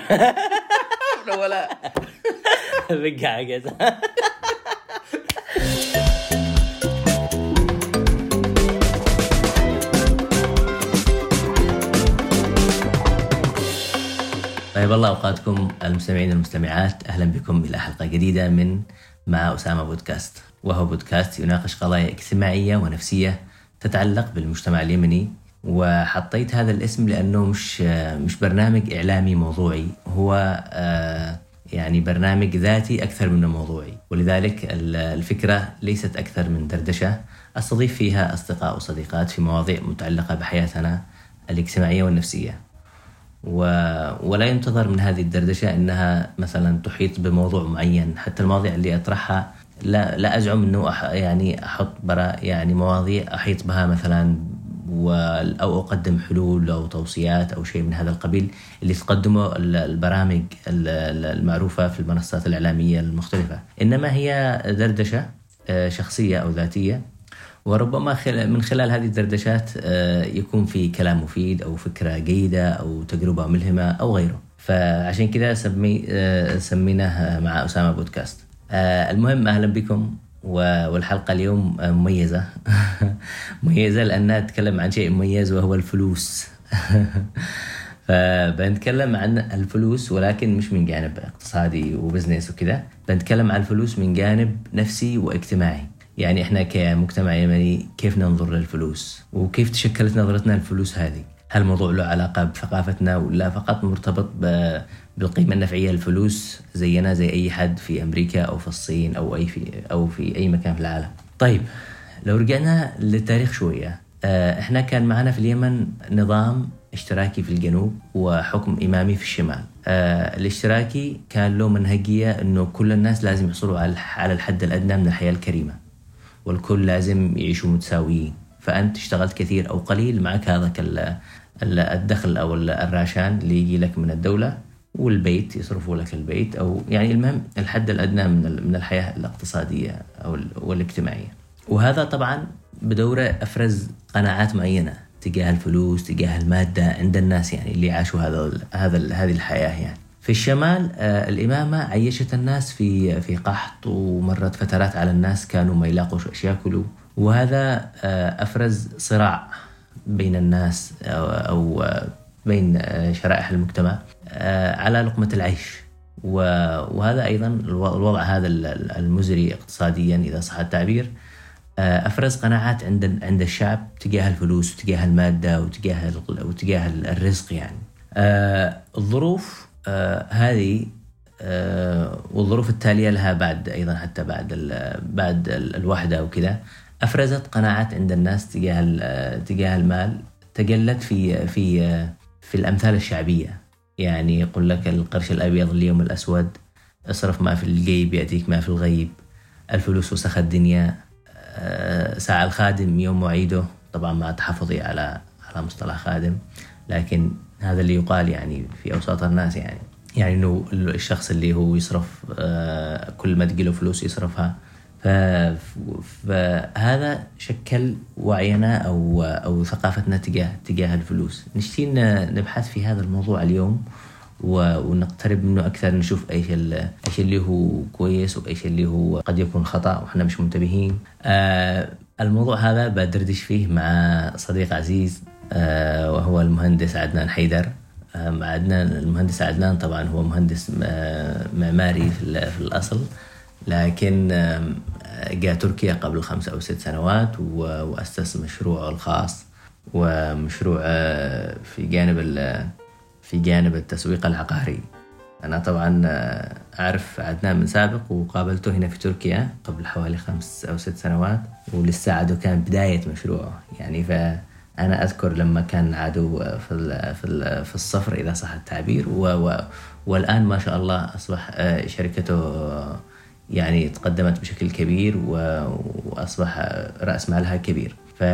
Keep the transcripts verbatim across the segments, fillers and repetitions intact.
ولا بقى عجز. طيب الله أوقاتكم المستمعين والمستمعات، أهلا بكم إلى حلقة جديدة من مع أسامة بودكاست، وهو بودكاست يناقش قضايا اجتماعية ونفسية تتعلق بالمجتمع اليمني. وحطيت هذا الاسم لأنه مش مش برنامج إعلامي موضوعي، هو يعني برنامج ذاتي أكثر من موضوعي، ولذلك الفكرة ليست أكثر من دردشة أستضيف فيها أصدقاء وصديقات في مواضيع متعلقة بحياتنا الاجتماعية والنفسية. و... ولا ينتظر من هذه الدردشة أنها مثلا تحيط بموضوع معين. حتى المواضيع اللي أطرحها لا لا أزعم أنه أح... يعني أحط برا يعني مواضيع أحيط بها مثلا و... أو أقدم حلول أو توصيات أو شيء من هذا القبيل اللي تقدمه البرامج المعروفة في المنصات الإعلامية المختلفة، إنما هي دردشة شخصية أو ذاتية، وربما من خلال هذه الدردشات يكون في كلام مفيد أو فكرة جيدة أو تجربة ملهمة أو غيره. فعشان كذا سمي سميناه مع أسامة بودكاست. المهم أهلا بكم، والحلقة اليوم مميزة مميزة لأنها تتكلم عن شيء مميز وهو الفلوس. فبنتكلم عن الفلوس، ولكن مش من جانب اقتصادي وبزنس وكذا، بنتكلم عن الفلوس من جانب نفسي واجتماعي. يعني إحنا كمجتمع يمني كيف ننظر للفلوس وكيف تشكلت نظرتنا للفلوس هذه؟ هل الموضوع له علاقة بثقافتنا ولا فقط مرتبط بالقيمة النفعية للفلوس زينا زي أي حد في أمريكا أو في الصين أو أي في أو في أي مكان في العالم؟ طيب لو رجعنا للتاريخ شوية، إحنا كان معنا في اليمن نظام اشتراكي في الجنوب وحكم إمامي في الشمال. الاشتراكي كان له منهجية إنه كل الناس لازم يحصلوا على الحد الأدنى من الحياة الكريمة، والكل لازم يعيشوا متساويين. فأنت اشتغلت كثير أو قليل معك هذا الدخل أو الراشان اللي يجي لك من الدولة، والبيت يصرفوا لك البيت، أو يعني المهم الحد الأدنى من من الحياة الاقتصادية أو والاجتماعية. وهذا طبعا بدوره أفرز قناعات معينة تجاه الفلوس، تجاه المادة عند الناس يعني اللي عاشوا هذا هذا هذه الحياة. يعني في الشمال آه الإمامة عيشت الناس في في قحط، ومرت فترات على الناس كانوا ما يلاقوا ايش ياكلوا، وهذا آه أفرز صراع بين الناس أو, أو آه بين آه شرائح المجتمع آه على لقمة العيش. وهذا أيضا الوضع هذا المزري اقتصاديا إذا صح التعبير آه أفرز قناعات عند عند الشعب تجاه الفلوس وتجاه المادة وتجاه وتجاه الرزق. يعني آه الظروف آه هذه آه والظروف التالية لها بعد أيضا حتى بعد ال بعد ال الوحدة وكذا أفرزت قناعات عند الناس تجاه تجاه المال تجلت في في في الأمثال الشعبية. يعني يقول لك القرش الأبيض اليوم الأسود، اصرف ما في الجيب يأتيك ما في الغيب، الفلوس وسخ الدنيا، آه ساعة الخادم يوم وعيده. طبعا مع تحفظي على على مصطلح خادم، لكن هذا اللي يقال يعني في أوساط الناس. يعني يعني إنه الشخص اللي هو يصرف آه كل ما تجيله فلوس يصرفها. فهذا شكل وعينا أو أو ثقافتنا تجاه تجاه الفلوس. نشتي نبحث في هذا الموضوع اليوم ونقترب منه أكثر، نشوف إيش إيش اللي هو كويس وإيش اللي هو قد يكون خطأ وإحنا مش منتبهين. آه الموضوع هذا بدردش فيه مع صديق عزيز آه وهو المهندس عدنان حيدر. آه مع عدنان المهندس عدنان طبعا هو مهندس معماري في, في الأصل، لكن جاء تركيا قبل خمس أو ست سنوات وأسس مشروعه الخاص، ومشروع في جانب في جانب التسويق العقاري. أنا طبعا أعرف عدنان من سابق وقابلته هنا في تركيا قبل حوالي خمس أو ست سنوات، ولسه عدو كان بداية مشروعه. يعني فأنا أذكر لما كان عدو في في في الصفر إذا صح التعبير، والآن ما شاء الله أصبح شركته يعني تقدمت بشكل كبير وأصبح رأس مالها كبير.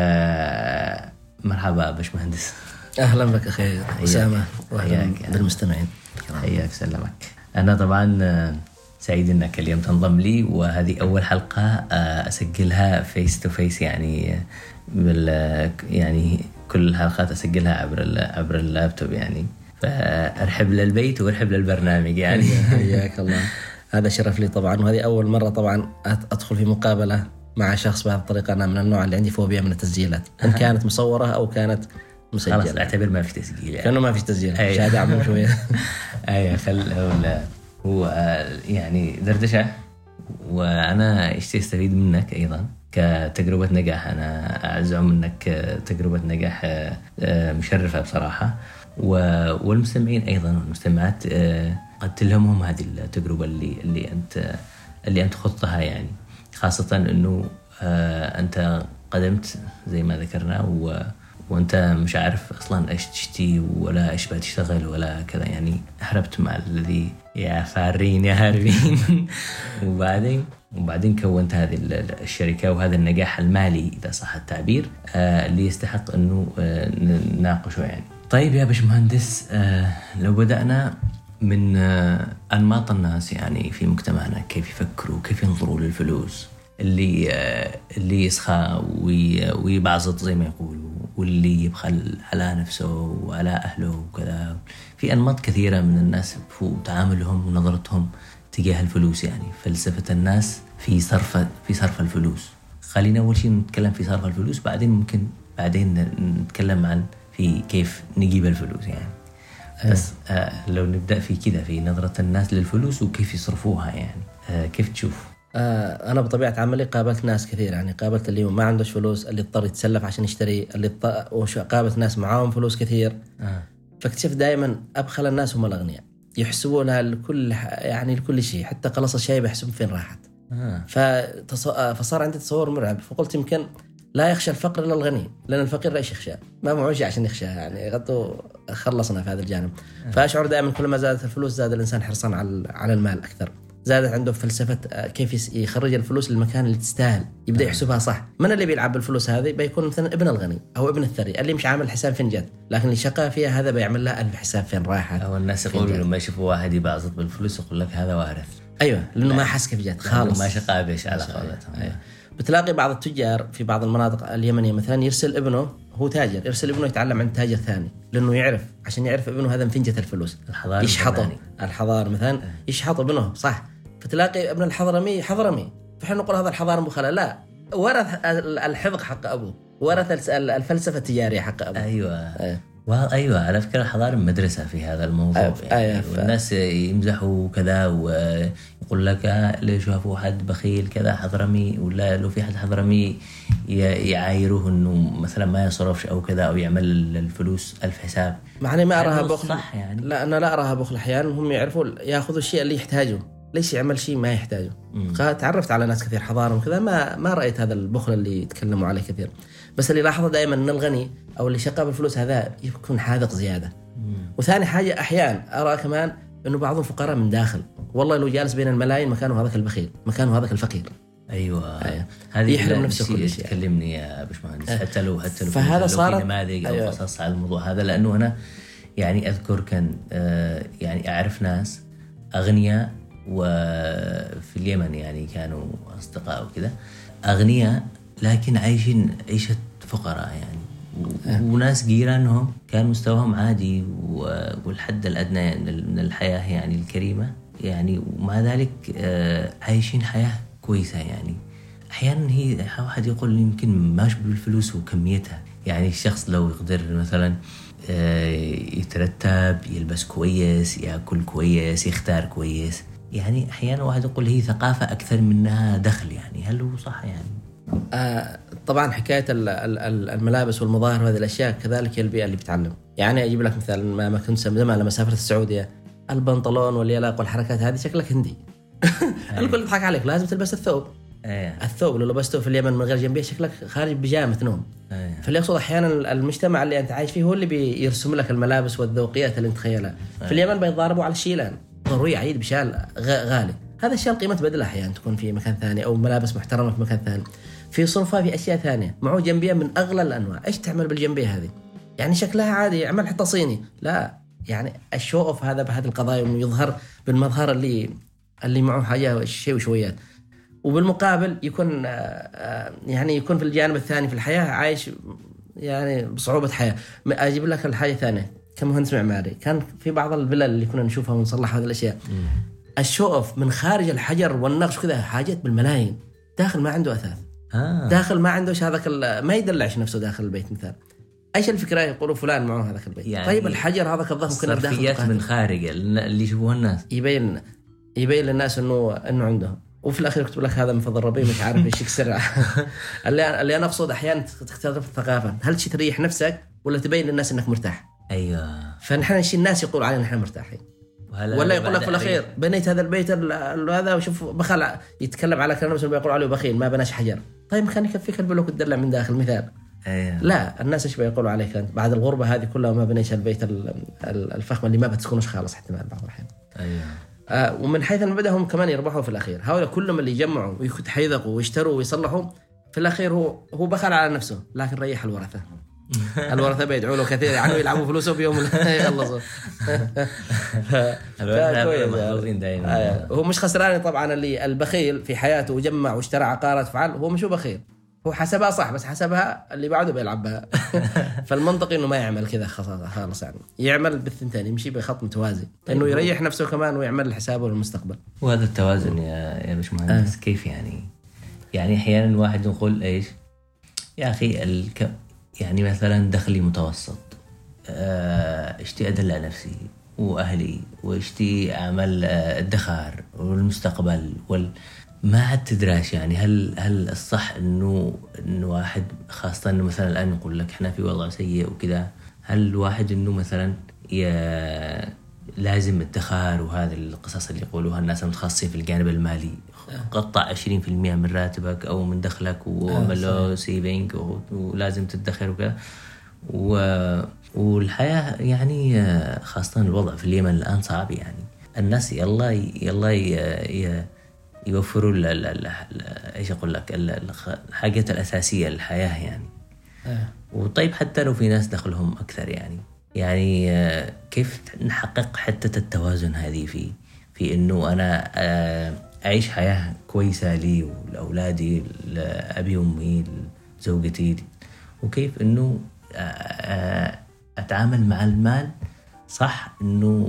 فمرحبا باشمهندس. أهلا بك أخي أسامة وأهلا بالمستمعين. حياك سلمك. أنا طبعا سعيد أنك اليوم تنضم لي، وهذه أول حلقة أسجلها فيس تو فيس. يعني بال يعني كل الحلقات أسجلها عبر عبر اللابتوب يعني. فأرحب للبيت وأرحب للبرنامج يعني. حياك الله. هذا شرف لي طبعا، وهذه أول مرة طبعا أدخل في مقابلة مع شخص بهذه الطريقة. أنا من النوع اللي عندي فوبيا من التسجيلات، إن كانت مصورة أو كانت مسجلة. خلاص اعتبر ما في تسجيل يعني. كأنه ما في تسجيل. شاهد أعمل شوية. أيه خل هو يعني دردشة، وأنا إيش استفيد منك أيضا كتجربة نجاح. أنا أزعم منك تجربة نجاح مشرفة بصراحة، والمستمعين أيضا والمستمعات قد تلهمهم هذه التجربة اللي اللي أنت اللي أنت خضتها يعني، خاصة إنه أنت قدمت زي ما ذكرنا و وأنت مش عارف أصلاً إيش تشتي ولا إيش بتشتغل ولا كذا يعني، هربت مع الذي يا فارين يا هاربين. وبعدين وبعدين كونت هذه الشركة وهذا النجاح المالي إذا صح التعبير اللي يستحق إنه نناقشه يعني. طيب يا باشمهندس، لو بدأنا من أنماط الناس يعني في مجتمعنا، كيف يفكروا كيف ينظروا للفلوس، اللي اللي يسخى ويبعزط زي ما يقولوا، واللي يبخل على نفسه وعلى أهله وكذا. في أنماط كثيرة من الناس في تعاملهم ونظرتهم تجاه الفلوس يعني، فلسفة الناس في صرف في صرف الفلوس. خلينا أول شيء نتكلم في صرف الفلوس، بعدين ممكن بعدين نتكلم عن في كيف نجيب الفلوس يعني. بس آه لو نبدأ في كده في نظرة الناس للفلوس وكيف يصرفوها يعني، آه كيف تشوف؟ آه أنا بطبيعة عملي قابلت ناس كثير يعني، قابلت اللي ما عندوش فلوس، اللي اضطر يتسلف عشان يشتري، اللي اضطر، قابلت ناس معاهم فلوس كثير. آه. فاكتشف دائما أبخل الناس هم الأغنياء، يحسبونها لكل يعني لكل شيء، حتى قلص الشاي بيحسب فين راحت. آه. فتص... فصار عندي تصور مرعب، فقلت يمكن لا يخشى الفقر إلا الغني، لأن الفقير لا يخشى، ما معوش عشان يخشى يعني، غطوا خلصنا في هذا الجانب. آه. فأشعر دائما كل ما زادت الفلوس زاد الإنسان حرصا على على المال أكثر، زادت عنده فلسفة كيف يخرج الفلوس للمكان اللي تستاهل، يبدأ يحسبها صح. من اللي بيلعب بالفلوس هذه بيكون مثلا ابن الغني أو ابن الثري اللي مش عامل حساب فين جات، لكن اللي شقى فيها هذا بيعمل له ألف حساب فين راحت. أو الناس يقولوا لما يشوفوا واحد يبعزط بالفلوس يقول لك هذا وارث. أيوة، لأنه ما حس كيف جات خالص، ما شقى بيش على قولتهم. أيوة. بتلاقي بعض التجار في بعض المناطق اليمنية مثلا يرسل ابنه، هو تاجر، يرسل ابنه يتعلم عند تاجر ثاني، لأنه يعرف عشان يعرف ابنه هذا من فين جت الفلوس. يشحطه الحضار مثلا، يشحط ابنه صح. فتلاقي ابن الحضرمي حضرمي، فحين نقول هذا الحضارم بخلا، لا، ورث الحفظ حق أبوه، ورث الفلسفة التجارية حق أبوه. أيوة. أيوة. أيوة على فكرة الحضارم مدرسة في هذا الموضوع. أيوة. يعني أيوة. والناس يمزحوا كذا ويقول لك ليش شافوا حد بخيل كذا حضرمي، ولا لو في حد حضرمي يعايروه إنه مثلا ما يصرفش أو كذا، أو يعمل الفلوس ألف حساب. معني ما أراها بخل يعني. لا، أنا لا أراها بخل. أحيانا هم يعرفوا يأخذوا الشيء اللي يحتاجه، ليش يعمل شيء ما يحتاجه. تعرفت على ناس كثير حضارهم كذا، ما ما رأيت هذا البخل اللي يتكلموا عليه كثير. بس اللي لاحظه دائما ان الغني او اللي شقى بالفلوس هذا يكون حاذق زياده. مم. وثاني حاجه احيانا ارى كمان انه بعضهم فقراء من داخل، والله لو جالس بين الملايين مكانه هذاك البخيل، مكانه هذاك الفقير. ايوه, أيوة. هذه يحرم نفسه كل شيء. تكلمني يا باشمهندس. أه. حتى لو حتى لو فهذا صار نماذج او قصص على الموضوع هذا، لانه انا يعني اذكر كان آه يعني اعرف ناس اغنياء وفي اليمن يعني كانوا اصدقاء وكذا، اغنياء لكن عايشين عيشه فقراء يعني. أه. وناس جيرانهم كان مستواهم عادي والحد الأدنى من الحياة يعني الكريمة يعني، ومع ذلك عايشين حياة كويسة يعني. أحيانا هي واحد يقول يمكن ماش بالفلوس وكميتها يعني. الشخص لو يقدر مثلا يترتب، يلبس كويس، يأكل كويس، يختار كويس يعني. أحيانا واحد يقول هي ثقافة أكثر منها دخل يعني. هل هو صح يعني؟ آه طبعا حكاية الملابس والمظاهر وهذه الأشياء كذلك هي البيئة اللي بتعلم يعني. أجيب لك مثال، ما كنت زمان لما سافرت السعودية، البنطلون واليلاق والحركات هذه شكلك هندي. الكل يضحك عليك، لازم تلبس الثوب. الثوب لو لبسته في اليمن من غير جنبيه شكلك خارج بيجامة نوم. فاللي يقصد أحيانا المجتمع اللي أنت عايش فيه هو اللي بيرسم لك الملابس والذوقيات اللي أنت تخيلها. في اليمن بيتضاربوا على الشيلان، ضروري عيد بشال غالي، هذا الشيء قيمة بدلة أحيانا تكون في مكان ثاني، أو ملابس محترمة في مكان ثاني. في صنفها في أشياء ثانية معه جنبية من أغلى الأنواع. إيش تعمل بالجنبية هذه؟ يعني شكلها عادي، عمل حتى صيني، لا يعني الشو أوف هذا بهذه القضايا، إنه يظهر بالمظهر اللي اللي معه حاجة شيء وشويات. وبالمقابل يكون يعني يكون في الجانب الثاني في الحياة عايش يعني بصعوبة حياة. أجيب لك الحاجة الثانية، كمهندس معماري كان في بعض الفلل اللي كنا نشوفها ونصلح هذه الاشياء، الشو اوف من خارج الحجر والنقش كذا حاجات بالملايين، داخل ما عنده اثاث. آه. داخل ما عندهش هذاك ما يدلعش نفسه داخل البيت. مثال ايش الفكره؟ يقولوا فلان معه هذاك البيت يعني، طيب الحجر هذاك الضخم كنا داخل من خارج اللي يشوفوها الناس، يبين يبين للناس انه انه عنده، وفي الاخير يكتب لك هذا من فضل ربي مش عارف ايش يكسر. اللي اللي انا اقصد احيانا تختلف الثقافه، هل شيء تريح نفسك ولا تبين للناس انك مرتاح؟ ايوه. فنحن شيء الناس يقول علينا نحن مرتاحين، ولا يقول لك في الاخير بنيت هذا البيت هذا وشوف بخل يتكلم على كلام نفسه بيقول عليه بخيل ما بناش حجر. طيب خليني يكفيك البلوك تدلع من داخل مثال. أيوة. لا الناس ايش بيقولوا عليك انت بعد الغربه هذه كلها ما بنيش البيت الفخم اللي ما بتسكنوش خالص احتمال بعض الاحيان. ايوه. آه ومن حيث المبدا هم كمان يربحوا في الاخير. هؤلاء كلهم اللي يجمعوا ويحيذقوا ويشتروا ويصلحوا في الاخير هو هو بخل على نفسه، لكن ريح الورثه. الورثه بيدعوا له كثير يعني يلعبوا فلوسه بيوم يخلصوا. محظوظين دائما. هو مش خسران طبعا. اللي البخيل في حياته وجمع واشترى عقارات فعل هو مش بخيل، هو حسبها صح بس حسبها اللي بعده بيلعب بها. فالمنطقي انه ما يعمل كذا خالص، يعني يعمل بالثنتين، يمشي بخط متوازي انه يريح نفسه كمان ويعمل حسابه للمستقبل. وهذا التوازن يا يا باشمهندس. آه. كيف يعني؟ يعني احيانا الواحد يقول ايش يا اخي الك... يعني مثلا دخلي متوسط، اشتي ادلع نفسي واهلي واشتي اعمل الدخار والمستقبل وال ما عاد تدراش يعني هل هل الصح انه انه واحد خاصه انه مثلا الان نقول لك احنا في وضع سيء وكذا، هل الواحد انه مثلا لازم الدخار وهذه القصص اللي يقولوها الناس المتخصصين في الجانب المالي، قطع عشرين بالمئة من راتبك او من دخلك وعمل له سيفينج ولازم تدخر وكذا، والحياه يعني خاصه الوضع في اليمن الان صعب، يعني الناس يلا يلا ي يوفروا ال ال ايش اقول لك الحاجات الاساسيه للحياه يعني. آه. وطيب حتى لو في ناس دخلهم اكثر يعني يعني كيف نحقق حتى التوازن هذه في في انه انا اعيش حياه كويسه لي ولاولادي لابي وامي لزوجتي، وكيف انه اتعامل مع المال صح، انه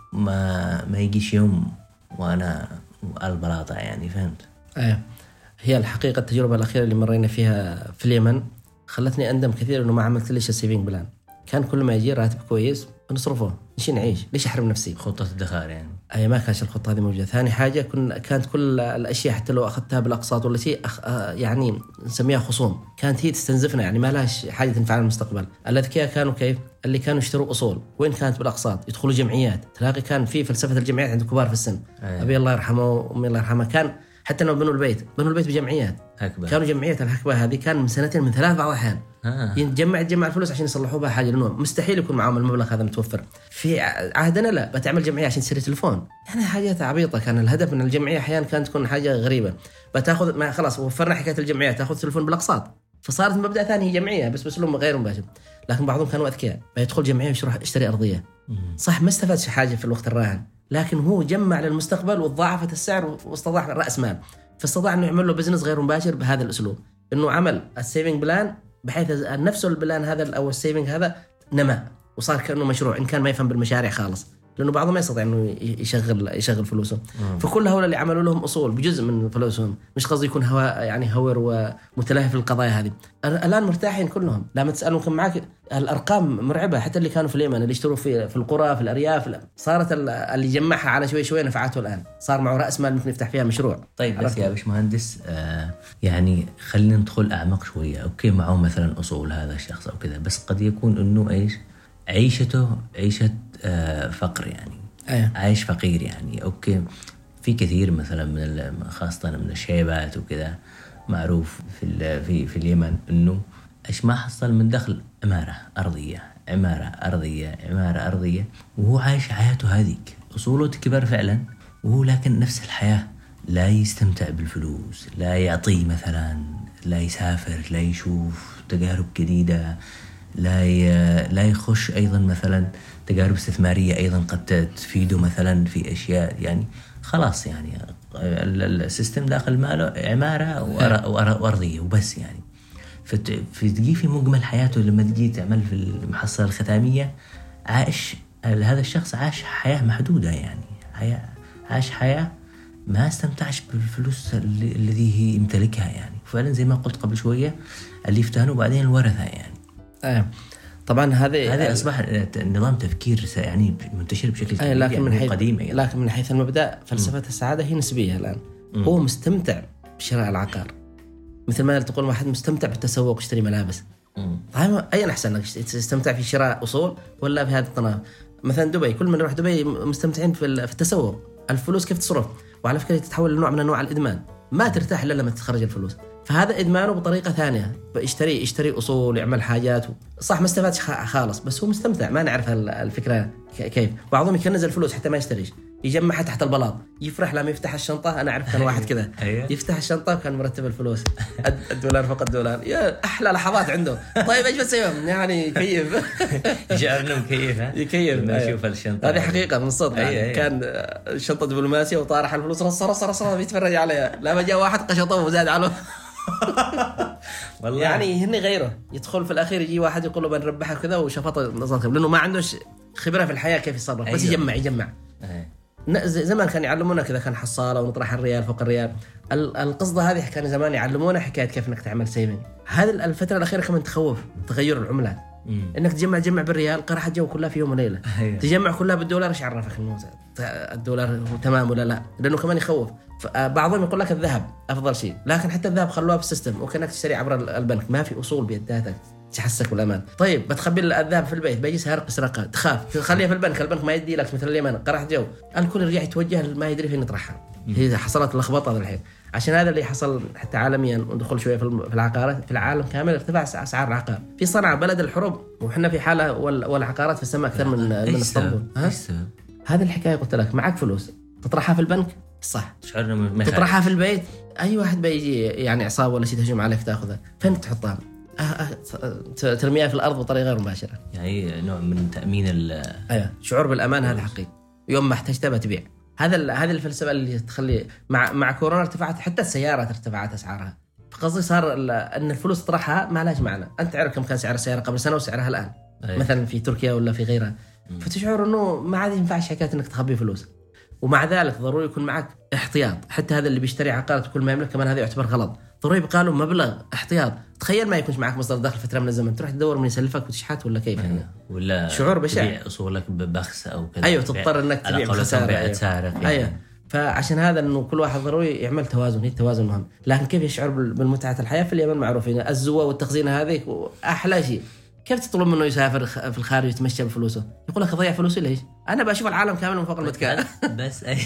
ما ما يجيش يوم وانا البلاطة يعني. فهمت؟ ايه هي الحقيقة التجربة الأخيرة اللي مرينا فيها في اليمن خلتني أندم كثير إنه ما عملت ليش السيفينج بلان. كان كل ما يجي راتب كويس نصرفه، نشي نعيش، ليش أحرم نفسي؟ خطة الدخار يعني. أي ما كانش الخطة هذه موجودة. ثاني حاجة كن كانت كل الأشياء حتى لو أخذتها بالأقساط ولا شيء أخ... يعني نسميها خصوم، كانت هي تستنزفنا يعني ما لهاش حاجة تنفعنا المستقبل. الأذكياء كانوا كيف؟ اللي كانوا يشتروا أصول وين كانت بالأقساط، يدخلوا جمعيات. تلاقي كان في فلسفة الجمعيات عند كبار في السن. أيه. أبي الله يرحمه وأمي الله يرحمها كان حتى لو بنوا البيت بنوا البيت بجمعيات أكبر. كانوا جمعيات الحكبة هذه كان من سنتين من ثلاث بعض الأحيان آه. يتجمع يتجمع الفلوس عشان يصلحوا بها حاجة، لأنه مستحيل يكون معهم المبلغ هذا متوفر. في عهدنا لا بتعمل جمعية عشان تشتري تلفون، يعني حاجات عبيطة. كان الهدف من الجمعية أحيانا كانت تكون حاجة غريبة، بتاخذ ما خلاص وفرنا حكاية الجمعية تأخذ تلفون بالأقساط، فصارت مبدأ ثاني هي جمعية بس بسلوب غير مباشر. لكن بعضهم كانوا أذكياء بيدخل جمعية ويروح يشتري أرضية، صح ما استفادش حاجة في الوقت الراهن، لكن هو جمع للمستقبل وضاعفت السعر واستضاع رأس مال، فاستطاع انه يعمل له بزنس غير مباشر بهذا الاسلوب، انه عمل السيفنج بلان بحيث نفسه البلان هذا او السيفنج هذا نما وصار كانه مشروع، ان كان ما يفهم بالمشاريع خالص، لانه بعضهم ما يستطيع انه يشغل يشغل فلوسه. فكل هؤلاء اللي عملوا لهم اصول بجزء من فلوسهم، مش قصدي يكون هوا يعني هور ومتلهف في القضايا هذه. الان مرتاحين كلهم، لما تسالهم كم معك الارقام مرعبه، حتى اللي كانوا في اليمن اللي يشتروا في في القرى في الارياف صارت اللي جمعها على شوي شوي نفعته، الان صار معه راس مال ممكن يفتح فيها مشروع. طيب بس يا باشمهندس آه يعني خلينا ندخل اعمق شويه. اوكي معه مثلا اصول هذا الشخص او كذا، بس قد يكون انه ايش عيشته عيشه آه فقر يعني. أيه. عايش فقير يعني. اوكي في كثير مثلا من خاصه من الشيبات وكذا معروف في في في اليمن انه ايش ما حصل من دخل عماره ارضيه عماره ارضيه عماره ارضيه، وهو عايش حياته هذيك، اصوله تكبر فعلا، وهو لكن نفس الحياه، لا يستمتع بالفلوس، لا يعطي مثلا، لا يسافر، لا يشوف تجارب جديده، لا لا يخش ايضا مثلا تجارب استثماريه ايضا قد تفيده مثلا في اشياء يعني. خلاص يعني السيستم داخل ماله عماره وارضيه وبس يعني. فتجي في مجمل حياته لما تجي تعمل في المحصله الختاميه عاش هذا الشخص عاش حياة محدودة، يعني حياة عاش حياة ما استمتعش بالفلوس اللي الذي هي يمتلكها يعني. فعلا زي ما قلت قبل شوية اللي يفتنوا بعدين الورثة يعني. آه. طبعا هذه هذا أصبح نظام تفكير يعني منتشر بشكل كبير، لكن من حيث قديم يعني. لكن من حيث المبدأ فلسفة م. السعادة هي نسبية الآن. م. هو مستمتع بشراء العقار، مثل ما تقول واحد مستمتع بالتسوق يشتري ملابس. طيب أين أحسن لك تستمتع في شراء أصول ولا في هذا الطناف؟ مثلا دبي، كل من يروح دبي مستمتعين في التسوق. الفلوس كيف تصرف، وعلى فكرة تتحول لنوع من أنواع الإدمان، ما ترتاح إلا لما تخرج الفلوس. فهذا إدمانه بطريقة ثانية، يشتري يشتري أصول، يعمل حاجات، صح ما استفادش خالص بس هو مستمتع. ما نعرف الفكرة كيف. بعضهم يكنز الفلوس حتى ما يشتريش، يجمعها تحت البلاط، يفرح لما يفتح الشنطة. أنا أعرف كان واحد كذا يفتح الشنطة وكان مرتب الفلوس الدولار فوق الدولار، يا أحلى لحظات عنده. طيب إيش بسوي يعني كيف يجعلنا مكيف ها يكيف ما يشوف الشنطة. هذه حقيقة من صدق يعني. كان شنطة دبلوماسية وطارح الفلوس رص رص رص بيتفرج عليها، لما جاء واحد قشطه وزاد عليه والله. يعني هني غيره يدخل في الأخير يجي واحد يقول له بنربحها كذا وشفط نظرته، لأنه ما عندوش خبرة في الحياة كيف يتصرف. أيوة. بس يجمع يجمع أيوة. زمان كان يعلمونا كذا، كان حصالة ونطرح الريال فوق الريال. القصة هذه كان زمان يعلمونا حكاية كيف انك تعمل سيفنج. هذه الفترة الأخيرة كمان تخوف تغير العملات. مم. انك تجمع تجمع بالريال قرح الجو كلها في يوم وليلة. أيوة. تجمع كلها بالدولار، ايش عرفك انه الدولار هو تمام ولا لا؟ لأنه كمان يخوف. بعضهم يقول لك الذهب أفضل شيء، لكن حتى الذهب خلوها بالسيستم وكأنك تشتري عبر البنك، ما في أصول بيداتك تحسك بالأمان. طيب بتخبي الذهب في البيت، بيجي سارق يسرقها، تخاف تخليها في البنك، البنك ما يدي لك مثل اليمن قرح جو، الكل يرجع يتوجه ما يدري فين يطرحها. هي حصلت لخبطة هذا الحين. عشان هذا اللي حصل حتى عالميا، وندخل شوية في العقارات في العالم كامل، ارتفاع أسعار العقار. في صنعاء بلد الحروب وحنا في حالة والعقارات في السماء أكثر من من اسطنبول. هذه الحكاية قلت لك، معك فلوس تطرحها في البنك صح، تطرحها في البيت أي واحد بيجي يعني عصابة ولا شيء تهجم عليك تأخذها، فين تحطها؟ أه أه ترميها في الأرض بطريقة غير مباشرة. يعني نوع من تأمين ال أيوة شعور بالأمان. هذا حقيقي. يوم ما احتجتها بتبيع. هذا هذه الفلسفة اللي تخلي مع مع كورونا ارتفعت حتى السيارات ارتفعت أسعارها. فقصدي صار أن الفلوس طرحها ما لهاش معنى. أنت تعرف كم كان سعر السيارة قبل سنة وسعرها الآن. أيوة. مثلا في تركيا ولا في غيرها. م. فتشعر إنه ما عاد ينفعش حكاية إنك تخبي فلوس. ومع ذلك ضروري يكون معك احتياط. حتى هذا اللي بيشتري عقارات كل ما يملك كمان هذا يعتبر غلط. ضروري يبقى له مبلغ احتياط. تخيل ما يكونش معك مصدر دخل فترة من الزمن، تروح تدور من يسلفك وتشحت ولا كيف يعني. ولا شعور بشع. تبيع أصولك ببخس أو كذا. أيوة تضطر إنك تبيع بخسارة. أيوة. أيوة. فعشان هذا إنه كل واحد ضروري يعمل توازن. هي التوازن مهم. لكن كيف يشعر بالمتعة الحياة في اليمن معروفين الزوا والتخزينة هذه أحلى شيء. كيف تطلب منه يسافر في الخارج يتمشى بفلوسه؟ يقول لك أضيع فلوسي ليش؟ أنا بشوف العالم كامل من فوق المتكال. بس أي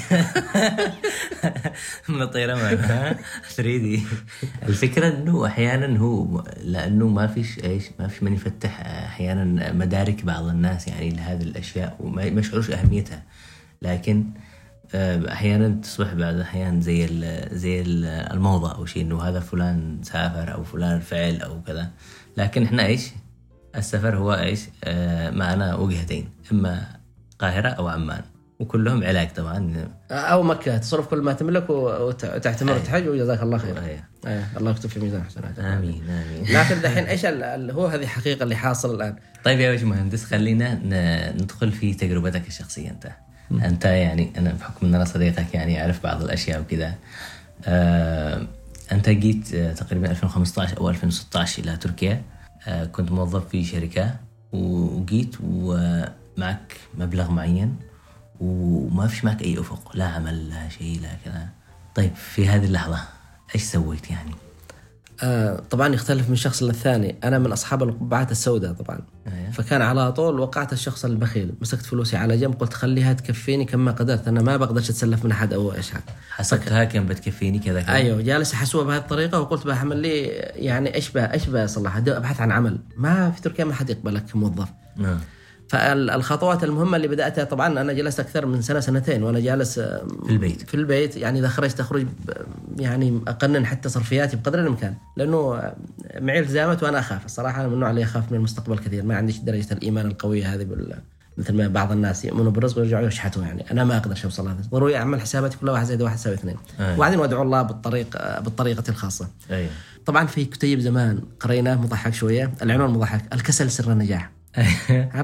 مطيرة ما ثري دي. الفكرة إنه أحياناً هو لأنه ما فيش إيش ما فيش من يفتح أحياناً مدارك بعض الناس يعني لهذه الأشياء وما يشعرش أهميتها. لكن أحياناً تصبح بعض الأحيان زي زي الموضة أو شيء، إنه هذا فلان سافر أو فلان فعل أو كذا. لكن إحنا إيش السفر هو إيش آه معنا وجهتين، إما القاهرة أو عمان، وكلهم علاج طبعا. أو مكة تصرف كل ما تملك وتعتمر وتحج وجزاك الله خير. أيه. أيه. الله يكتب في ميزان حسنات. آمين آمين. لكن دحين إيش اللي هو هذه حقيقة اللي حاصل الآن. طيب يا وجه مهندس، خلينا ندخل في تجربتك الشخصية. أنت م. أنت يعني أنا بحكم أن أنا صديقك يعني أعرف بعض الأشياء وكذا. آه أنت جيت تقريبا ألفين وخمسة عشر أو ألفين وستة عشر إلى تركيا. آه كنت موظف في شركة وجيت ومعك مبلغ معين وما فيش معك أي أفق، لا عمل لا شيء لا كذا. طيب في هذه اللحظة إيش سويت يعني؟ آه طبعا يختلف من شخص للثاني. أنا من أصحاب القبعات السوداء طبعا. آه. فكان على طول وقعت الشخص البخيل، مسكت فلوسي على جنب قلت خليها تكفيني كما قدرت، أنا ما بقدرش أتسلف من أحد أو إيش حاجة. حسبتها كم بتكفيني كذا كذا. أيوة جالس أحسوها بهذه الطريقة وقلت بحمل لي يعني إيش بقى إيش بقى صلاح أبحث عن عمل. ما في تركيا ما حد يقبلك كموظف. آه. فالخطوات المهمة اللي بدأتها طبعا أنا جلست أكثر من سنة سنتين وأنا جالس في البيت في البيت يعني إذا خرجت أخرج يعني أقنن حتى صرفياتي بقدر الإمكان، لأنه معي التزامات وأنا أخاف الصراحة. أنا من النوع اللي أخاف من المستقبل كثير، ما عنديش درجة الإيمان القوية هذه مثل ما بعض الناس يؤمنوا بالرزق ويرجعوا يشحتوا. يعني أنا ما أقدر أوصل هذا، ضروري أعمل حساباتي كلها واحد زائد واحد يساوي اثنين. أيه. وبعدين وأدعو الله بالطريق بالطريقة الخاصة. أيه. طبعا في كتيب زمان قريناه مضحك شوية، العنوان مضحك، الكسل سر النجاح. عرفت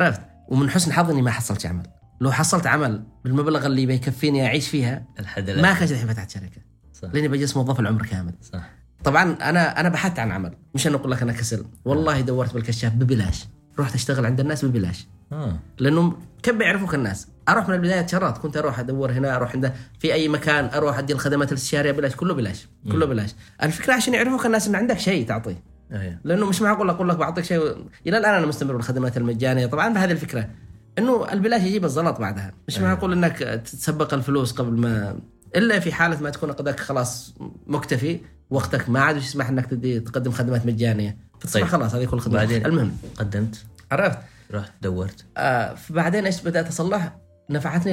ومن حسن حظي اني ما حصلت عمل. لو حصلت عمل بالمبلغ اللي بيكفيني اعيش فيها ما كنت الحين فتحت شركه، صح. لاني بجلس موظف العمر كامل، صح. طبعا انا انا بحثت عن عمل، مش انا اقول لك انا كسل، والله دورت بالكشاف ببلاش، رحت اشتغل عند الناس ببلاش. آه. لانه كم بيعرفوك الناس. اروح من البدايه شرط، كنت اروح ادور هنا، اروح عنده في اي مكان، اروح ادي الخدمات الاستشاريه ببلاش، كله بلاش، كله بلاش. الفكره عشان يعرفوك الناس ان عندك شيء تعطيه. أيه. لانه مش معقول اقول لك بعطيك شيء. الى الان انا مستمر بالخدمات المجانيه طبعا بهذه الفكره انه البلاش يجيب الزلط بعدها، مش أيه. معقول انك تتسبق الفلوس قبل ما، الا في حاله ما تكون قدك خلاص مكتفي، وقتك ما عاد يسمح انك تدي تقدم خدمات مجانيه، فتصبح طيب. خلاص هذه كل خدمات. المهم قدمت، عرفت، رحت دورت، آه فبعدين ايش بدات اصلح. نفعتني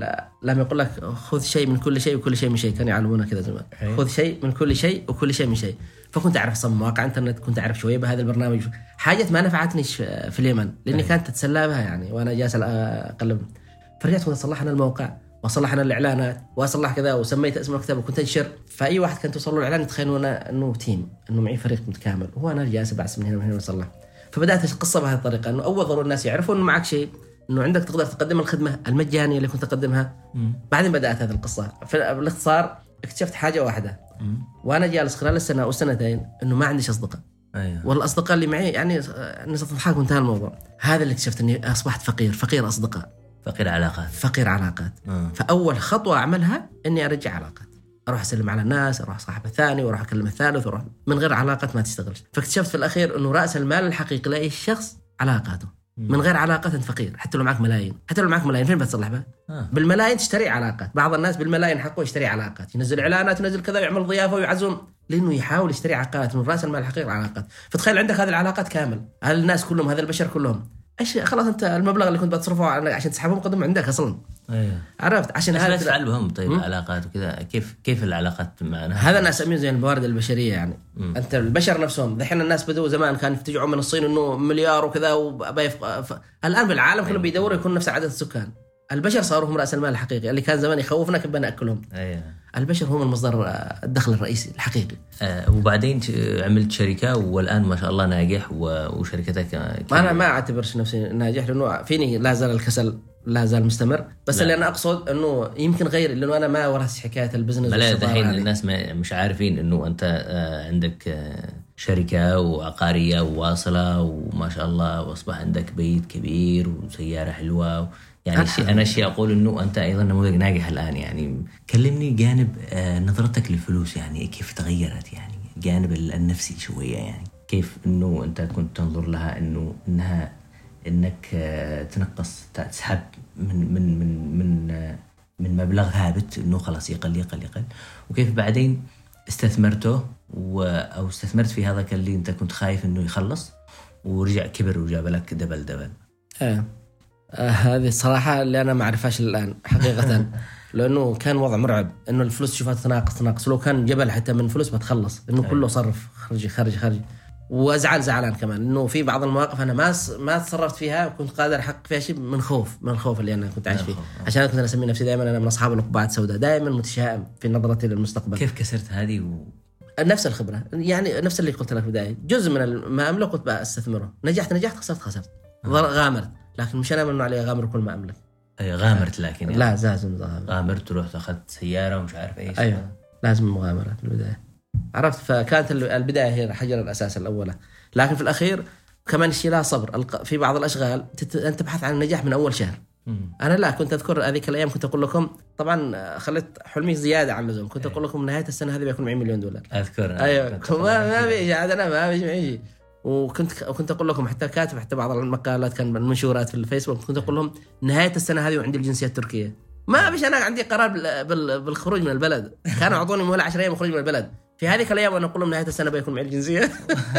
لما يقول لك خذ شيء من كل شيء وكل شيء من شيء، كانوا يعلمونا كذا زمان، خذ شيء من كل شيء وكل شيء من شيء. فكنت اعرف اصمم مواقع انترنت، كنت اعرف شويه بهذا البرنامج، حاجات ما نفعتني في اليمن لاني كانت تتسلى بها يعني وانا جالس اقلب. فرجعت كنت اصلح انا الموقع واصلح انا الاعلانات واصلح كذا، وسميت اسم المكتب وكنت انشر. فاي واحد كان توصل له الاعلان يتخيلوا انا انه تيم، انه معي فريق متكامل، وهو انا جالس بعس من هنا ومن هنا واصلح. فبدات القصه بهذه الطريقه، انه اول ضروري الناس يعرفوا انه معك شيء، انه عندك تقدر تقدم الخدمه المجانيه اللي كنت تقدمها. مم. بعدين بدات هذه القصه. بالاختصار اكتشفت حاجه واحده، مم. وانا جالس خلال السنه او سنتين انه ما عنديش اصدقاء. أيوه. والاصدقاء اللي معي يعني الناس تضحك وانتهى الموضوع. هذا اللي اكتشفت اني اصبحت فقير، فقير اصدقاء، فقير علاقات، فقير علاقات. مم. فاول خطوه اعملها اني ارجع علاقات، اروح اسلم على الناس، اروح صاحب الثاني، واروح اكلم الثالث، واروح من غير علاقات ما تشتغلش. فاكتشفت في الاخير انه راس المال الحقيقي لاي شخص علاقاته. من غير علاقات انت فقير، حتى لو معك ملايين، حتى لو معك ملايين فين بتصلح بها؟ آه. بالملايين تشتري علاقات. بعض الناس بالملايين حقه يشتري علاقات، ينزل اعلانات، ينزل كذا، ويعمل ضيافه ويعزم، لانه يحاول يشتري علاقات. من راس المال الحقيقي علاقات. فتخيل عندك هذه العلاقات كامل، هذا الناس كلهم، هذا البشر كلهم، ايش خلاص انت المبلغ اللي كنت بتصرفه عشان تسحبهم قدم عندك اصلا. ايوه. عرفت، عشان هذا تفعلهم. طيب العلاقات وكذا، كيف كيف العلاقات معنا؟ هذا الناس اسميه زي الموارد البشريه يعني. مم. انت البشر نفسهم دحين الناس بدوا زمان كان يفتجعوا من الصين انه مليار وكذا وبيف... ف... الان بالعالم كله بيدوروا يكون نفس عدد السكان. البشر صاروا هم راس المال الحقيقي اللي كان زمان يخوفنا كيف بناكلهم. ايوه. البشر هم المصدر الدخل الرئيسي الحقيقي. آه وبعدين عملت شركه والان ما شاء الله ناجح، وشركتك انا ما اعتبرش نفسي ناجح لانه فيني لا زال الكسل لا زال مستمر. بس لا. اللي انا اقصد انه يمكن غير، لانه انا ما ورثت حكايه البزنس. لا الحين الناس ما مش عارفين انه انت عندك شركه وعقاريه وواصله وما شاء الله، واصبح عندك بيت كبير وسياره حلوه. يعني شيء أنا شيء أقول إنه أنت أيضا نموذج ناجح الآن. يعني كلمني جانب نظرتك للفلوس، يعني كيف تغيرت، يعني جانب النفسي شوية، يعني كيف إنه أنت كنت تنظر لها إنه إنها إنك تنقص تسحب من من من من من مبلغ هابط إنه خلاص يقل يقل يقل، وكيف بعدين استثمرته أو استثمرت في هذا اللي أنت كنت خايف إنه يخلص ورجع كبر وجاب لك دبل دبل. آه. آه هذه الصراحة اللي أنا ما أعرفهاش الآن حقيقة. لأنه كان وضع مرعب، إنه الفلوس تشوفها تناقص تناقص، لو كان جبل حتى من فلوس بتخلص، إنه كله صرف خرج خرج خرج. وأزعل زعلان كمان إنه في بعض المواقف أنا ما ما تصرفت فيها وكنت قادر أحقق فيها شيء من خوف من الخوف اللي أنا كنت عايش فيه. عشان كنت أنا أسمي نفسي دائما أنا من أصحاب القبعات السوداء، دائما متشائم في نظرتي للمستقبل. كيف كسرت هذه و... نفس الخبرة، يعني نفس اللي قلت لك بداية، جزء من ما أملك كنت بأستثمره. نجحت نجحت، خسرت خسرت، غامرت، لكن مش أنا منه عليه غامر كل ما أملك. أي غامرت، لكن يعني لا لازم غامر. غامرت ورحت أخذت سيارة ومش عارف إيش. أيوة لازم مغامرة في البداية، عرفت. فكانت البداية هي حجر الأساس الأولى، لكن في الأخير كمان الشيء لا صبر. في بعض الأشغال أنت تبحث عن النجاح من أول شهر. مم. أنا لا كنت أذكر هذيك الأيام كنت أقول لكم، طبعا خليت حلمي زيادة عن اللزوم، كنت أقول لكم نهاية السنة هذه بيكون معي مليون دولار. أذكر. أيوة ما ما بيجي عاد أنا ما بيجي معي. وكنت كنت اقول لكم حتى كاتب حتى بعض المقالات كان المنشورات في الفيسبوك، كنت اقول لهم نهايه السنه هذه وعندي الجنسيه التركيه. ما بيش انا عندي قرار بالخروج من البلد، كانوا اعطوني مهله عشر ايام الخروج من البلد. في هذه الايام وانا اقول لهم نهايه السنه بيكون معي الجنسيه.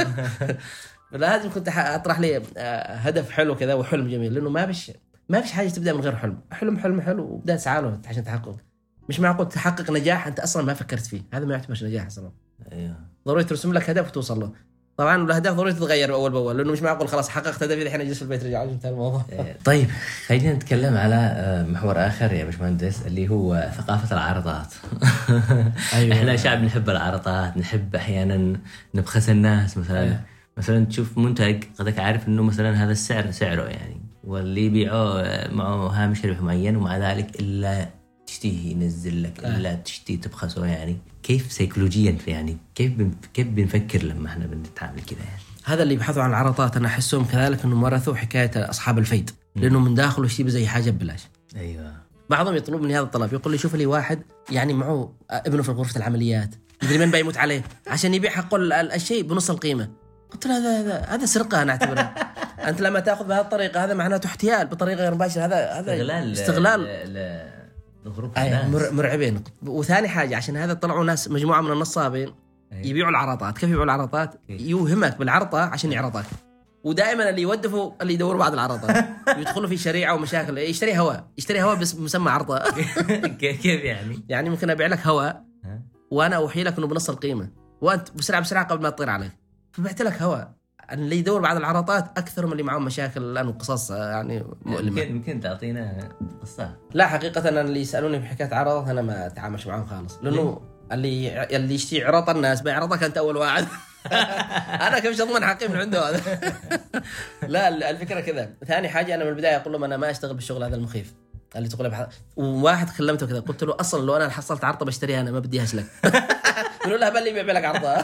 لازم كنت اطرح لي هدف حلو كذا وحلم جميل، لانه ما بيش ما فيش حاجه تبدا من غير حلم. حلم حلم حلو وبدا تسعى له عشان تحققه. مش معقول تحقق نجاح انت اصلا ما فكرت فيه، هذا ما يعتبرش نجاح اصلا. ايوه ضروري ترسم لك هدف وتوصل له. طبعا الاهداف ضروري تتغير اول باول، لانه مش معقول خلاص حققت هدفي الحين اجلس في البيت رجع انتهى الموضوع. طيب خلينا نتكلم على محور اخر يا باشمهندس، اللي هو ثقافه العرضات. أيوة. احنا شعب نحب العرضات، نحب احيانا نبخس الناس مثلا. أيوة. مثلا تشوف منتج قدك عارف انه مثلا هذا السعر سعره يعني واللي يبيعوه معه هامش ربح معين، ومع ذلك إلا تشتيه ينزل لك، إلا تشتيه تبخسه. يعني كيف سيكولوجيا يعني كيف بن كيف بنفكر لما احنا بنتعامل كذا يعني. هذا اللي يبحثوا عن العرضات أنا أحسهم كذلك إنه ورثوا حكاية أصحاب الفيد، لأنه من داخله يشتي زي حاجة ببلاش. أيوة. بعضهم يطلب مني هذا الطلب، يقول لي شوف لي واحد يعني معه ابنه في غرفة العمليات يدري من بيموت عليه عشان يبيع حقه الشيء بنص القيمة. قلت له هذا هذا هذا سرقة أنا أعتبرها. أنت لما تأخذ بهذه الطريقة هذا معناته احتيال بطريقة غير مباشرة، هذا هذا استغلال استغلال لظروف الناس. مر مرعبين. وثاني حاجة عشان هذا طلعوا ناس مجموعة من النصابين يبيعوا العرضات. كيف يبيعوا العرضات؟ يوهمك بالعرضة عشان يعرضك. ودائما اللي يودفوا اللي يدوروا بعض العرضات يدخلوا في شريعة ومشاكل. يشتري هواء يشتري هواء بس مسمى عرضة. كيف يعني؟ يعني ممكن أبيع لك هواء وأنا أوحي لك إنه بنص القيمة وأنت بسرعة بسرعة قبل ما تطير عليك، فبعت لك هواء. اللي يدور بعض العرضات أكثر من اللي معهم مشاكل الآن وقصص يعني مؤلمة. ممكن ممكن تعطينا قصة؟ لا حقيقة أنا اللي يسألوني بحكاية عرضات أنا ما أتعاملش معهم خالص، لأنه اللي اللي يشتري عرض الناس بيعرضك أنت أول واحد. أنا كيف أضمن حقي من عنده هذا؟ لا الفكرة كذا. ثاني حاجة أنا من البداية أقول لهم أنا ما أشتغل بالشغل هذا المخيف اللي تقول بحث. وواحد كلمته كذا قلت له أصلا لو أنا حصلت عرضة بشتريها أنا ما بديهاش لك. يقول له بل يبيع لك عرضة.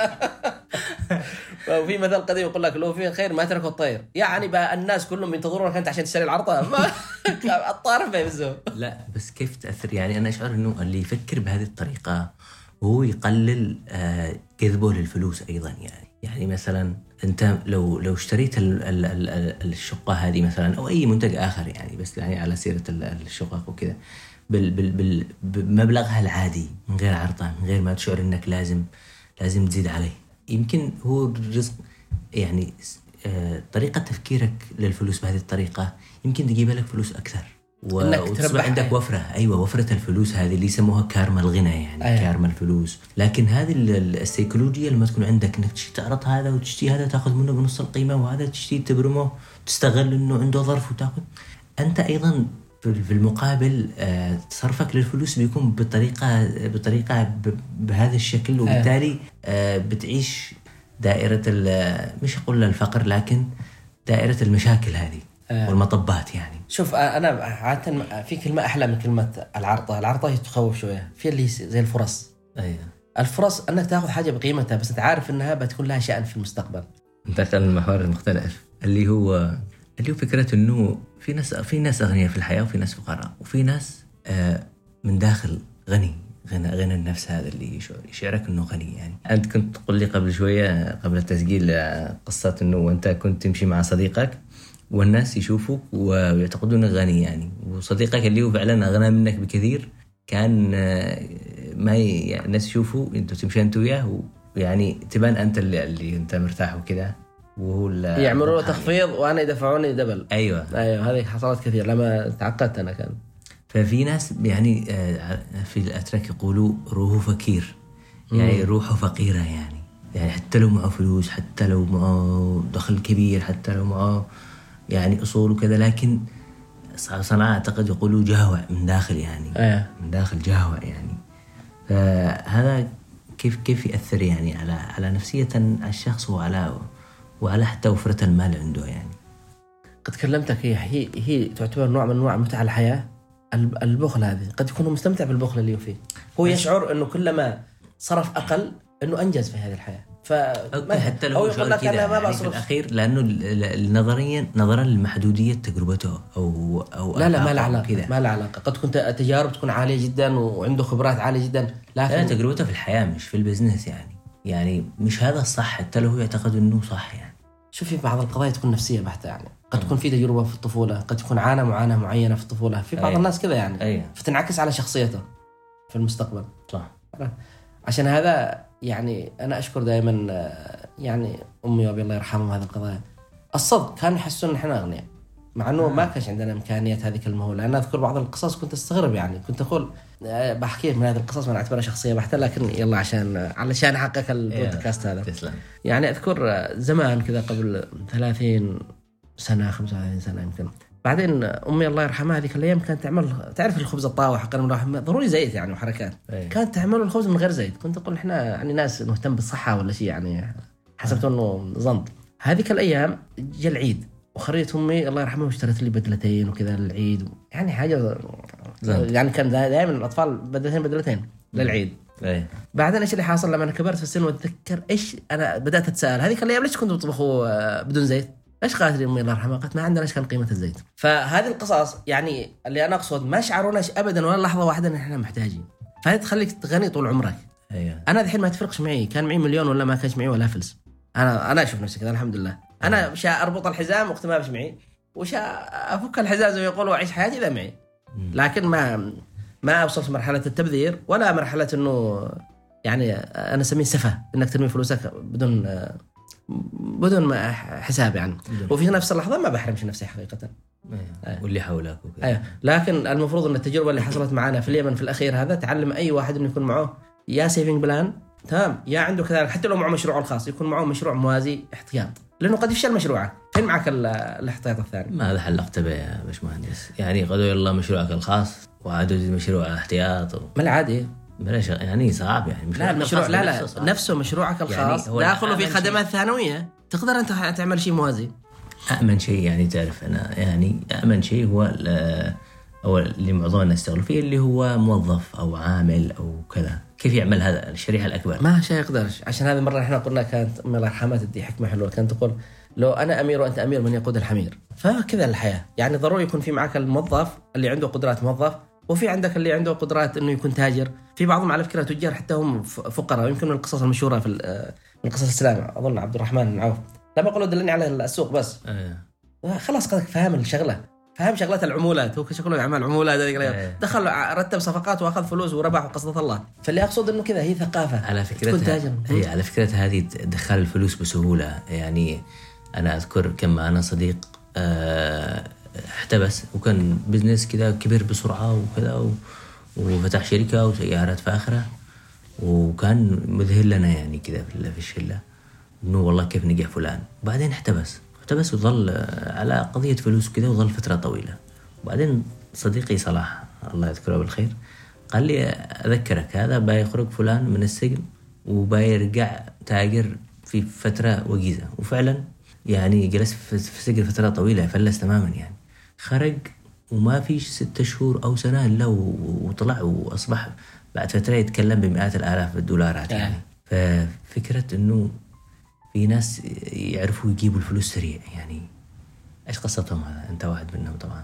وفي مثل قديم يقول لك لو في خير ما تركوا الطير، يعني بقى الناس كلهم ينتظرونك أنت عشان تشتري العرضة. الطارف بيفزوا. لا بس كيف تأثر يعني؟ أنا أشعر إنه اللي يفكر بهذه الطريقة وهو يقلل آه كذبه للفلوس أيضا. يعني يعني مثلا أنت لو لو اشتريت ال ال ال الشقة هذه مثلا أو أي منتج آخر يعني، بس يعني على سيرة الشقق وكذا بال بال بال بمبلغها العادي من غير عرضة، من غير ما تشعر إنك لازم لازم تزيد عليه. يمكن هو الرزق يعني آه طريقة تفكيرك للفلوس بهذه الطريقة يمكن تجيب لك فلوس أكثر وتصبح عندك وفرة. أيوة وفرة الفلوس هذه اللي يسموها كارما الغنى يعني. أيوة. كارما الفلوس. لكن هذه السيكولوجيا لما تكون عندك إنك تشتري تعرض هذا وتشتري هذا تأخذ منه بنص القيمة، وهذا تشتري تبرمه تستغل إنه عنده ظرف وتأخذ أنت أيضا في المقابل. تصرفك للفلوس بيكون بطريقة بطريقة بهذا الشكل، وبالتالي بتعيش دائرة مش أقول الفقر لكن دائرة المشاكل هذه والمطبات يعني. شوف أنا عادة في كلمة أحلى من كلمة العرضة. العرضة تخوف شوية، في اللي زي الفرص. أيوة. الفرص أنك تأخذ حاجة بقيمتها بس أنت عارف أنها بتكون لها شأن في المستقبل. انتقل المحور المختلف اللي هو اللي هو فكرة إنه في ناس في ناس أغنياء في الحياة وفي ناس فقراء وفي ناس آه من داخل غني غنى غنى النفس هذا اللي يشعرك إنه غني يعني. أنت كنت تقول لي قبل شوية قبل التسجيل قصة إنه أنت كنت تمشي مع صديقك والناس يشوفوك ويعتقدون غني يعني، وصديقك اللي هو فعلا أغنى منك بكثير كان ما يعني الناس يشوفوا أنتوا تمشي أنت وياه ويعني تبان أنت اللي, اللي أنت مرتاح وكذا، وهو يعملوا له تخفيض وأنا يدفعوني دبل. أيوة أيوة هذه حصلت كثير لما تعقدت أنا. كان ففي ناس يعني في الأتراك يقولوا روحه فقير يعني روحه فقيرة يعني يعني حتى لو معه فلوس، حتى لو معه دخل كبير، حتى لو معه يعني أصول وكذا، لكن صناعة أعتقد يقولوا جاوع من داخل يعني. أيه. من داخل جاوع يعني. فهذا كيف كيف يأثر يعني على على نفسية الشخص وعلى وعلى حتى وفرة المال عنده يعني. قد كلمتك هي هي هي تعتبر نوع من انواع متع الحياة. البخل هذه قد يكون مستمتع بالبخل اللي فيه، هو يشعر انه كلما صرف اقل انه انجز في هذه الحياة. فما حتى لو يقول لك انا ما بصرف في الاخير لانه نظريا نظرا لمحدوديه تجربته او او لا لا ما له علاقه ما له علاقه. قد تكون تجارب تكون عاليه جدا وعنده خبرات عاليه جدا، لكن لا تجربته في الحياه مش في البزنس يعني. يعني مش هذا الصح حتى لو هو يعتقد انه صح يعني. شوف في بعض القضايا تكون نفسيه بحته يعني. قد تكون في تجربه في الطفوله، قد يكون عانى معاناه معينه في الطفوله، في بعض أيه. الناس كذا يعني أيه. فتنعكس على شخصيته في المستقبل. صح. عشان هذا يعني أنا أشكر دائما يعني أمي وأبي الله يرحمهم هذه القضايا. الصدق كانوا يحسون إن إحنا أغنياء مع إنه ما كانش عندنا إمكانيات هذه المهولة. أنا أذكر بعض القصص كنت أستغرب يعني، كنت أقول بحكي من هذه القصص وأنا أعتبرها شخصية بحتة، لكن يلا عشان علشان أحقق البودكاست هذا. تسلم. يعني أذكر زمان كذا قبل ثلاثين سنة خمسة وثلاثين سنة يمكن. بعدين أمي الله يرحمها هذيك الأيام كانت تعمل تعرف الخبز الطاوة حقنا ضروري زيت يعني وحركات. أيه. كانت تعمل الخبز من غير زيت. كنت أقول إحنا يعني ناس نهتم بالصحة ولا شيء يعني، حسبت إنه زنط. هذيك الأيام جاء العيد وخريت امي الله يرحمها واشترت لي بدلتين وكذا للعيد، يعني حاجه يعني كان دائما الاطفال بدلتين بدلتين للعيد. أيه. بعدين ايش اللي حاصل لما انا كبرت في السن واتذكر ايش انا بدات اتساءل هذيك الايام ليش كنتوا تطبخوا بدون زيت؟ ايش قالت لي امي الله يرحمها؟ قالت ما عندنا ايش كان قيمه الزيت. فهذه القصص يعني اللي انا اقصد ما شعروناش ابدا ولا لحظه واحده ان احنا محتاجين، فهذه تخليك غني طول عمرك. أيه. انا الحين ما تفرقش معي كان معي مليون ولا ما كانش معي ولا فلس، انا انا اشوف نفسي كذا الحمد لله. انا شاء اربط الحزام وقت ما مش معي، وشاء افك الحزام زي ما يقولوا واعيش حياتي اذا معي. لكن ما ما وصلت مرحله التبذير ولا مرحله انه يعني انا اسميه سفه انك ترمي فلوسك بدون بدون حساب يعني. وفي نفس اللحظه ما بحرمش نفسي حقيقه. أيه. واللي حولك وكذا. أيه. لكن المفروض ان التجربه اللي حصلت معنا في اليمن في الاخير هذا تعلم اي واحد انه يكون معه يا سيفنج بلان تمام، يا عنده كذلك حتى لو معه مشروع الخاص يكون معه مشروع موازي احتياط، لانه قد يفشل مشروعك. فين معك الاحتياط الثاني؟ ما هذا حلقت به يا باشمهندس، يعني قدوا يلا مشروعك الخاص وعادوا مشروع احتياط و... ما العادي بلاش يعني صعب يعني لا مشروع لا لا نفسه, نفسه مشروعك الخاص يعني داخله في خدمات ثانويه تقدر انت تعمل شيء موازي. أأمن شيء يعني تعرف أنا يعني أأمن شيء هو أو اللي معظم الناس يشتغلوا فيه اللي هو موظف أو عامل أو كذا. كيف يعمل هذا الشريحة الأكبر؟ ما شيء يقدرش. عشان هذه مرة إحنا قلنا كانت الله يرحمها تدي حكمة حلوة، كانت تقول لو أنا أمير وأنت أمير من يقود الحمير. فكذا الحياة يعني ضروري يكون في معك الموظف اللي عنده قدرات موظف، وفي عندك اللي عنده قدرات إنه يكون تاجر. في بعضهم على فكرة تجار حتى هم فقراء. يمكن من القصص المشهورة في من قصص الإسلام أظن عبد الرحمن بن عوف لما يقولوا دلني على السوق بس أيه. خلاص قدك فاهم الشغلة، فهم شغلات العمولات، هو كشكله يعمل عمولات هذيك دخل رتب صفقات واخذ فلوس وربح وقصة الله. فاللي اقصد انه كذا هي ثقافه على فكرة هي على فكرة هذه تدخل الفلوس بسهوله. يعني انا اذكر كم انا صديق اه احتبس وكان بزنس كذا كبير بسرعه وكذا وفتح شركه وسيارات فاخره وكان مذهل لنا يعني كذا في الشله انه والله كيف نجح فلان. بعدين احتبس بس وظل على قضية فلوس كذا وظل فترة طويلة. وبعدين صديقي صلاح الله يذكره بالخير قال لي أذكرك هذا بايخرج فلان من السجن وبايرجع تاجر في فترة وجيزة. وفعلا يعني جلس في السجن فترة طويلة فلس تماما يعني. خرج وما فيش ستة شهور أو سنة إلا وطلع وأصبح بعد فترة يتكلم بمئات الآلاف الدولارات يعني. ففكرة إنه في ناس يعرفوا يجيبوا الفلوس سريع يعني. ايش قصتهم هذا؟ انت واحد منهم طبعا.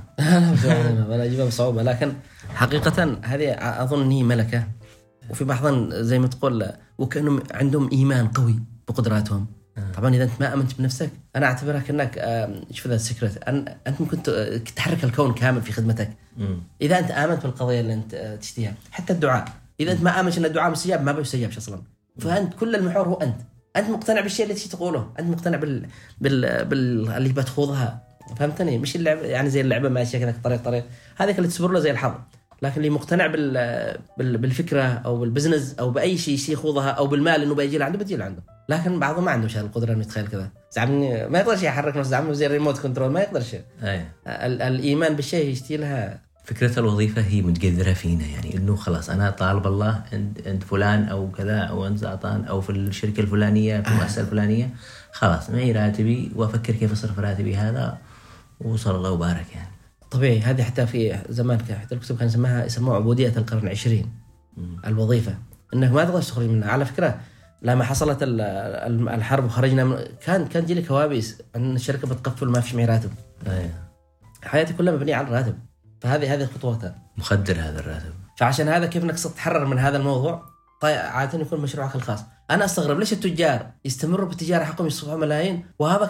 انا اجيبها بصعوبه، لكن حقيقه هذه اظن ان هي ملكه، وفي بعضهم زي ما تقول وكانهم عندهم ايمان قوي بقدراتهم. طبعا اذا انت ما امنت بنفسك انا اعتبرها كانك ايش ذا السكرت، انت ممكن تحرك الكون كامل في خدمتك. اذا انت امنت بالقضيه اللي انت تشتيها. حتى الدعاء اذا انت ما امنت ان الدعاء مستجاب ما بيستجابش اصلا. فانت كل المحور هو انت انت مقتنع بالشيء اللي تيجي تقوله، انت مقتنع بال بال, بال... اللي بتخوضها. فهمتني؟ مش اللعبه يعني زي اللعبه ماشيه كذا طريق طريق هذاك اللي تصبر له زي الحظ. لكن اللي مقتنع بال... بال... بالفكره او بالبزنس او باي شيء شيء يخوضها او بالمال انه بيجي له عنده بتجي له عنده. لكن بعضهم ما عنده شيء القدره انه يتخيل كذا. زعمني ما يقدرش يحرك نفسه، زعمني زي الريموت كنترول ما يقدرش. اي ال... الايمان بالشيء يشتي لها. فكرة الوظيفة هي متجذرة فينا يعني إنه خلاص أنا طالب الله عند عند فلان أو كذا أو عند زعطان أو في الشركة الفلانية في المؤسسة الفلانية، خلاص معي راتبي وأفكر كيف أصرف راتبي هذا وصلى الله وبارك يعني. طبيعي هذه حتى في زمان حتى الكتب كان يسموها يسموها عبودية القرن العشرين. الوظيفة إنك ما تقدر تخرج منها. على فكرة لما حصلت الحرب وخرجنا من كان كان جيلي كوابيس أن الشركة بتقفل ما فيش معي راتب. أيه. حياتي كلها مبنية على الراتب. فهذه هذه خطوتها مخدر هذا الراتب. فعشان هذا كيف انك تتحرر من هذا الموضوع؟ طيب عادة يكون مشروعك الخاص. انا استغرب ليش التجار يستمروا بالتجاره حقهم يصرفوا ملايين، وهذاك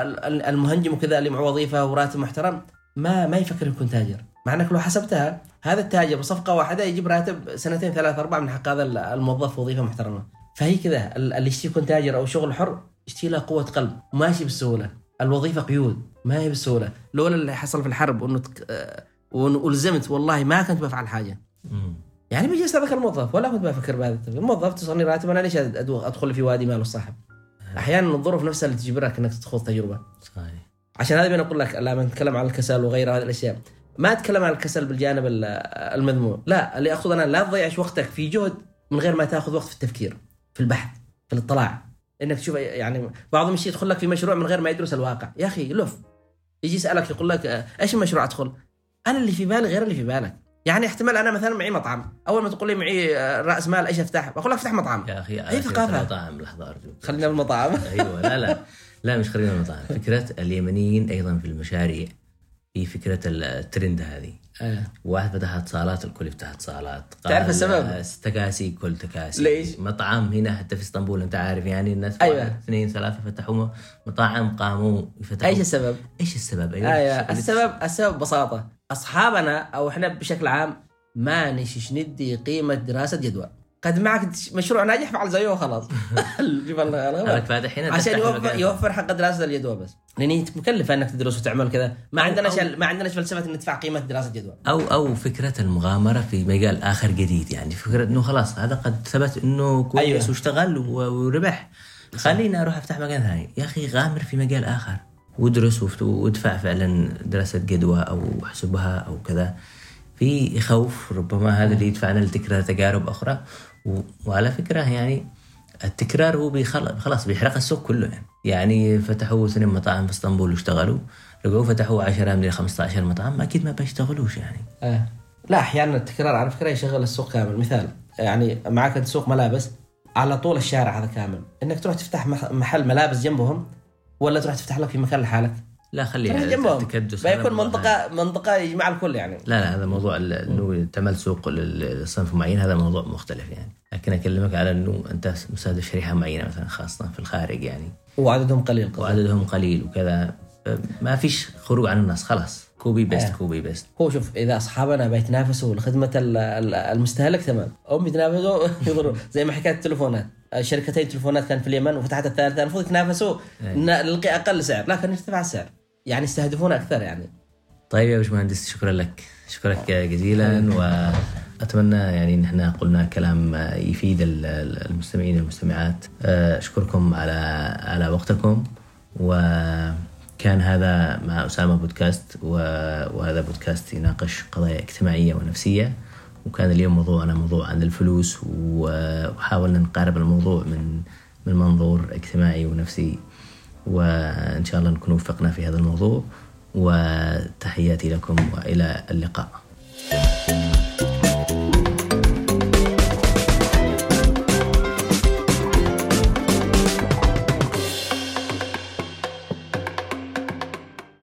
المهنجم وكذا اللي مع وظيفه وراتب محترم ما ما يفكر يكون تاجر. مع انك لو حسبتها هذا التاجر بصفقه واحده يجيب راتب سنتين ثلاث اربع من حق هذا الموظف وظيفه محترمه. فهي كذا اللي يشتي يكون تاجر او شغل حر يشتي له قوه قلب وماشي بالسهوله. الوظيفه قيود ما هي بالسهوله. لولا اللي حصل في الحرب وانه ولزمت والله ما كنت بفعل حاجة. مم. يعني بيجي هذاك الموظف ولا كنت بفكر بهذا الموظف تصني راتب أنا ليش أدخل في وادي مال الصاحب. أحيانا الظروف نفسها اللي تجبرك إنك تخوض تجربة. صحيح. عشان هذا بنقول لك لما نتكلم عن الكسل وغيره هذه الأشياء ما أتكلم عن الكسل بالجانب المذموم، لا اللي أقصد أنا لا تضيعش وقتك في جهد من غير ما تأخذ وقت في التفكير في البحث في الاطلاع. إنك تشوف يعني بعضهم يشي يدخل لك في مشروع من غير ما يدرس الواقع. يا أخي لف يجي يسألك يقول لك إيش المشروع أدخل، أنا اللي في بالي غير اللي في بالك. يعني احتمال أنا مثلا معي مطعم، أول ما تقول لي معي رأس مال إيش أفتح، بقول لك أفتح مطعم. يا أخي هي ثقافة. المطاعم لحظة أرجوك، خلينا بالمطاعم. أيوة لا لا لا مش خلينا بالمطاعم. فكرة اليمنيين أيضا في المشاريع في فكرة الترند هذه. أيه. واحد فتح اتصالات الكل يفتح اتصالات. تعرف السبب؟ تكاسي كل تكاسي. ليش؟ مطعم هنا حتى في اسطنبول انت عارف يعني الناس أيوة. واحد اثنين ثلاثة فتحوا مطاعم قاموا يفتحوا. ايش السبب؟ ايش السبب؟ أيوة. أيوة. السبب السبب ببساطة أصحابنا أو إحنا بشكل عام ما نشش ندي قيمة دراسة جدوى. قد معك مشروع ناجح فعل زيه وخلاص. أنا فاتح هنا عشان يوفر, يوفر حق دراسة الجدوى بس، لأن مكلفة إنك تدرس وتعمل كذا. ما عندنا شل... ما عندناش فلسفة إن ندفع قيمة دراسة جدوى. أو أو فكرة المغامرة في مجال آخر جديد، يعني فكرة إنه خلاص هذا قد ثبت إنه كويس. أيوة. واشتغل وربح، خلينا أروح أفتح مكان ثاني. يا أخي غامر في مجال آخر وادرس وادفع فعلا دراسة جدوى أو حسبها أو كذا. في خوف ربما هذا اللي يدفعنا لتكرار تجارب أخرى. وعلى فكرة يعني التكرار هو بيخل... خلاص بيحرق السوق كله. يعني يعني فتحوا اثنين مطاعم في اسطنبول واشتغلوا، رجعوا فتحوا عشرة من خمسة عشر مطعم، أكيد ما بيشتغلوش يعني. آه. لا أحيانا التكرار على فكرة يشغل السوق كامل. مثال يعني معك أنت سوق ملابس على طول الشارع هذا كامل، إنك تروح تفتح محل ملابس جنبهم ولا تروح تفتح لك في مكان لحالك؟ لا خليها تكدس، بيكون منطقة منطقة يجمع الكل يعني. لا لا هذا موضوع إنه تعمل سوق للصنف معين، هذا موضوع مختلف يعني. لكن أكلمك على إنه أنت مستهدف شريحة معينة مثلا خاصة في الخارج يعني، وعددهم قليل قصد. وعددهم قليل وكذا، ما فيش خروج عن الناس، خلاص كوبي بيست. آه. كوبي بيست. هو شوف إذا أصحابنا بيتنافسوا لخدمة المستهلك تمام، هم يتنافسوا يضروا زي ما حكاية التلفونات، شركتين تلفونات كان في اليمن وفتحت الثالثة، المفروض يتنافسوا نلقي أقل سعر، لكن يرتفع السعر يعني يستهدفون أكثر يعني. طيب يا باشمهندس شكرا لك، شكرا جزيلا، وأتمنى يعني إن إحنا قلنا كلام يفيد المستمعين والمستمعات. أشكركم على على وقتكم، وكان هذا مع أسامة بودكاست، وهذا بودكاست يناقش قضايا اجتماعية ونفسية. وكان اليوم موضوعنا موضوع عن الفلوس، وحاولنا نقارب الموضوع من من منظور اجتماعي ونفسي، وإن شاء الله نكون وفقنا في هذا الموضوع. وتحياتي لكم وإلى اللقاء.